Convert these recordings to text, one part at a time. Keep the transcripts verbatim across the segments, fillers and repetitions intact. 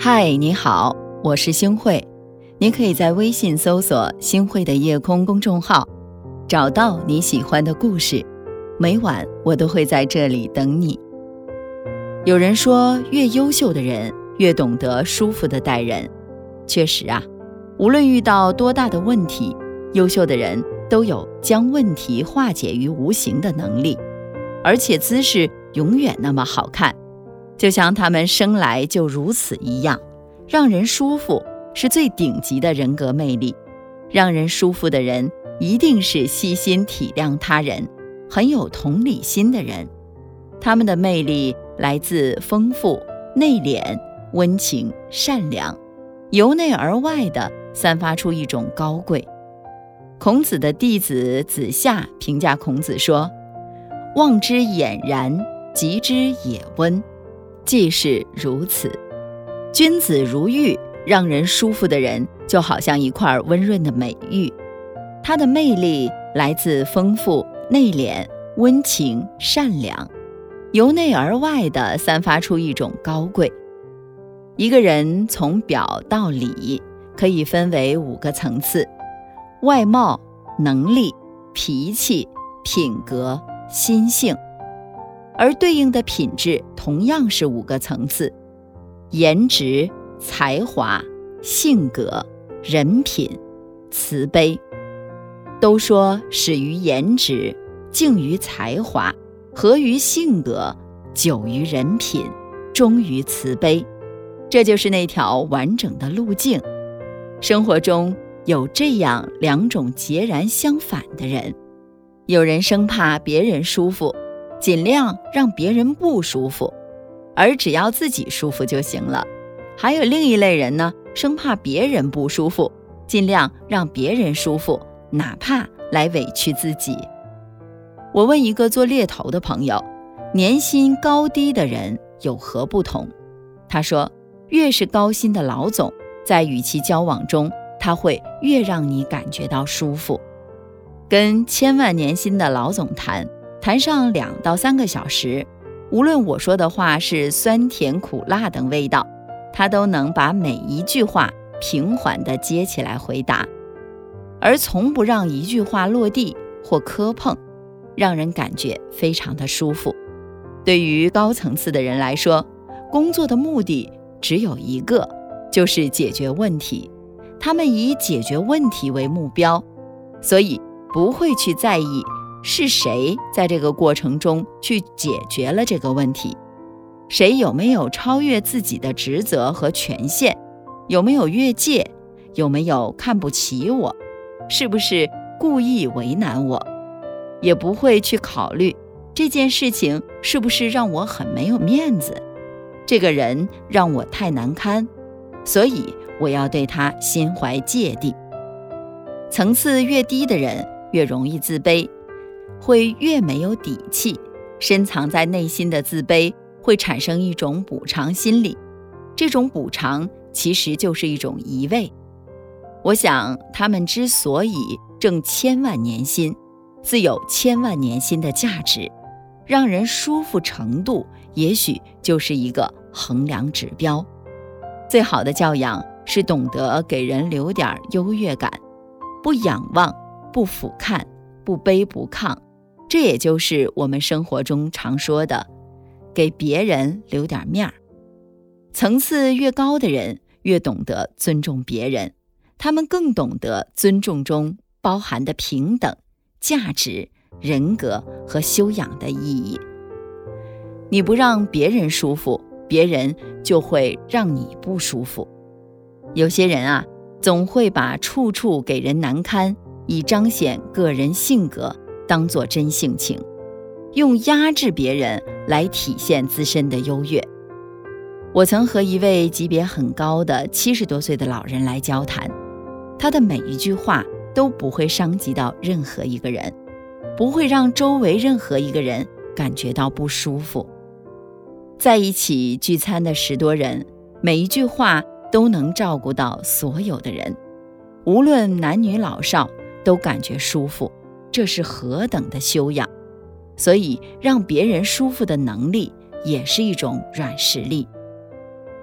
嗨，你好，我是星慧。你可以在微信搜索星慧的夜空公众号，找到你喜欢的故事。每晚我都会在这里等你。有人说，越优秀的人越懂得舒服地待人。确实啊，无论遇到多大的问题，优秀的人都有将问题化解于无形的能力，而且姿势永远那么好看，就像他们生来就如此一样。让人舒服是最顶级的人格魅力。让人舒服的人一定是细心体谅他人，很有同理心的人。他们的魅力来自丰富、内敛、温情、善良，由内而外地散发出一种高贵。孔子的弟子子夏评价孔子说：望之俨然，及之也温，既是如此。君子如玉，让人舒服的人就好像一块温润的美玉。他的魅力来自丰富、内敛、温情、善良，由内而外地散发出一种高贵。一个人从表到里可以分为五个层次：外貌、能力、脾气、品格、心性。而对应的品质同样是五个层次：颜值、才华、性格、人品、慈悲。都说始于颜值，敬于才华，合于性格，久于人品，忠于慈悲。这就是那条完整的路径。生活中有这样两种截然相反的人：有人生怕别人舒服，尽量让别人不舒服，而只要自己舒服就行了。还有另一类人呢，生怕别人不舒服，尽量让别人舒服，哪怕来委屈自己。我问一个做猎头的朋友，年薪高低的人有何不同？他说，越是高薪的老总，在与其交往中，他会越让你感觉到舒服。跟千万年薪的老总谈，谈上两到三个小时，无论我说的话是酸甜苦辣等味道，他都能把每一句话平缓地接起来回答，而从不让一句话落地或磕碰，让人感觉非常的舒服。对于高层次的人来说，工作的目的只有一个，就是解决问题。他们以解决问题为目标，所以不会去在意是谁在这个过程中去解决了这个问题，谁有没有超越自己的职责和权限，有没有越界，有没有看不起我，是不是故意为难我，也不会去考虑这件事情是不是让我很没有面子，这个人让我太难堪，所以我要对他心怀芥蒂。层次越低的人越容易自卑，会越没有底气，深藏在内心的自卑会产生一种补偿心理，这种补偿其实就是一种移位。我想他们之所以挣千万年薪，自有千万年薪的价值，让人舒服程度也许就是一个衡量指标。最好的教养是懂得给人留点优越感，不仰望，不俯瞰，不卑不亢，这也就是我们生活中常说的给别人留点面儿。层次越高的人越懂得尊重别人，他们更懂得尊重中包含的平等、价值、人格和修养的意义。你不让别人舒服，别人就会让你不舒服。有些人啊，总会把处处给人难堪，以彰显个人性格，当作真性情，用压制别人来体现自身的优越。我曾和一位级别很高的七十多岁的老人来交谈，他的每一句话都不会伤及到任何一个人，不会让周围任何一个人感觉到不舒服。在一起聚餐的十多人，每一句话都能照顾到所有的人，无论男女老少都感觉舒服，这是何等的修养。所以让别人舒服的能力也是一种软实力。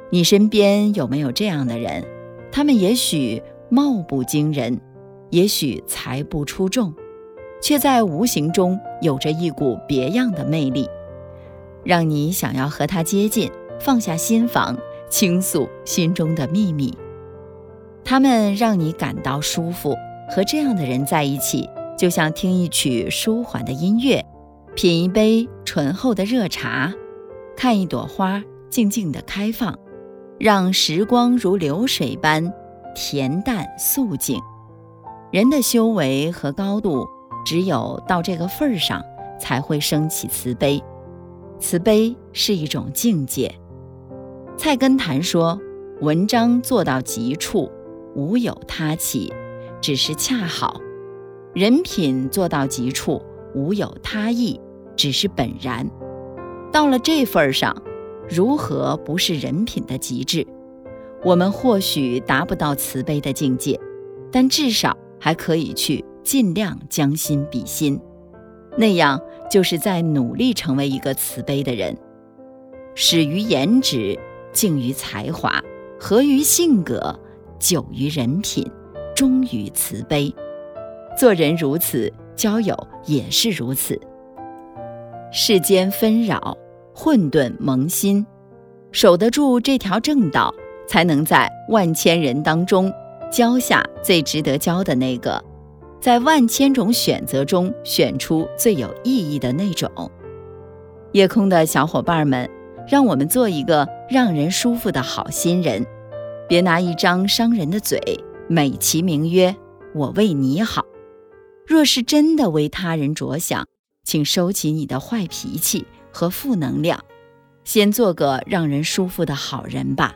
你身边有没有这样的人？他们也许貌不惊人，也许才不出众，却在无形中有着一股别样的魅力，让你想要和他接近，放下心防，倾诉心中的秘密。他们让你感到舒服，和这样的人在一起，就像听一曲舒缓的音乐，品一杯醇厚的热茶，看一朵花静静地开放，让时光如流水般恬淡素净。人的修为和高度，只有到这个份儿上，才会升起慈悲。慈悲是一种境界。菜根谭说，文章做到极处，无有他气，只是恰好；人品做到极处，无有他意，只是本然。到了这份上，如何不是人品的极致？我们或许达不到慈悲的境界，但至少还可以去尽量将心比心，那样就是在努力成为一个慈悲的人。始于颜值，敬于才华，合于性格，久于人品，忠于慈悲。做人如此，交友也是如此。世间纷扰，混沌蒙心，守得住这条正道，才能在万千人当中交下最值得交的那个，在万千种选择中选出最有意义的那种。夜空的小伙伴们，让我们做一个让人舒服的好心人，别拿一张伤人的嘴美其名曰我为你好。若是真的为他人着想，请收起你的坏脾气和负能量，先做个让人舒服的好人吧。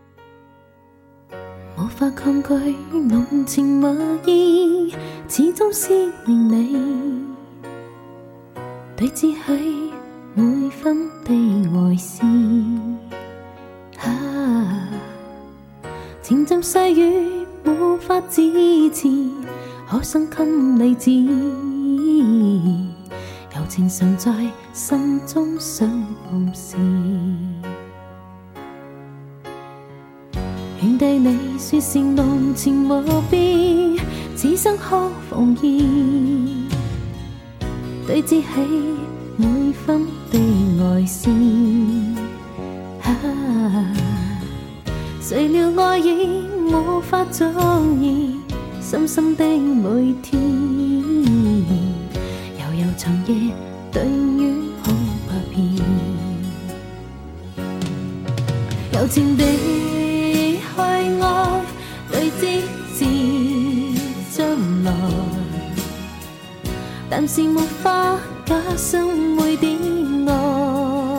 無法抗拒濃情蜜意，始終是令你對峙起每分的愛思。啊，前進細雨無法支持，可生給你知，柔情常在心中想暗示。願對你說是濃情無邊，此生可防意，對峙起每分的愛思。啊，誰料愛已無法掌握，深深的每天，悠悠長夜對於好不變，柔情地去愛，對之至將來，但是沒法假想每點愛，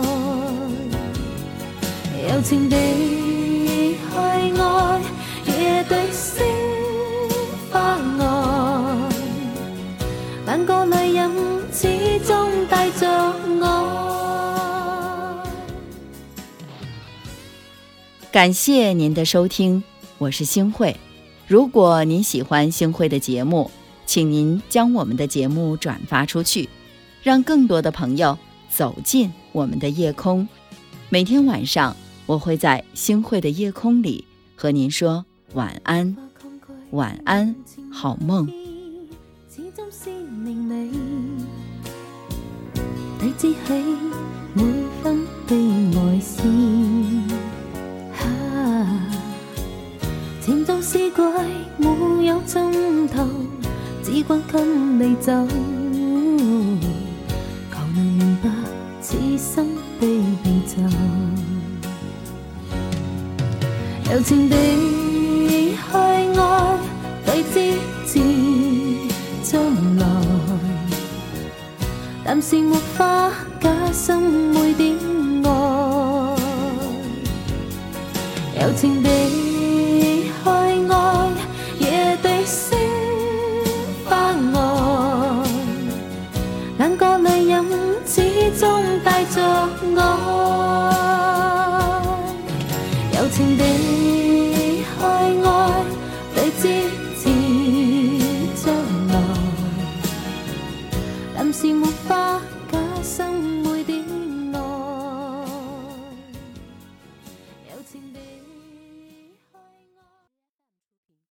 柔情地去愛，夜對星花愛，但個女人始終帶着愛。 感謝您的收聽，我是星慧。如果您喜歡星慧的節目，請您將我們的節目轉發出去，讓更多的朋友走進我們的夜空。每天晚上，我會在星慧的夜空裡和您說晚安，晚安，好夢。 始終是令你對峙起每分的愛思。前度是怪沒有盡頭，只關給你走，求能明白此生的宇宙。柔情地去愛，對之至將來，但是沒法假想每點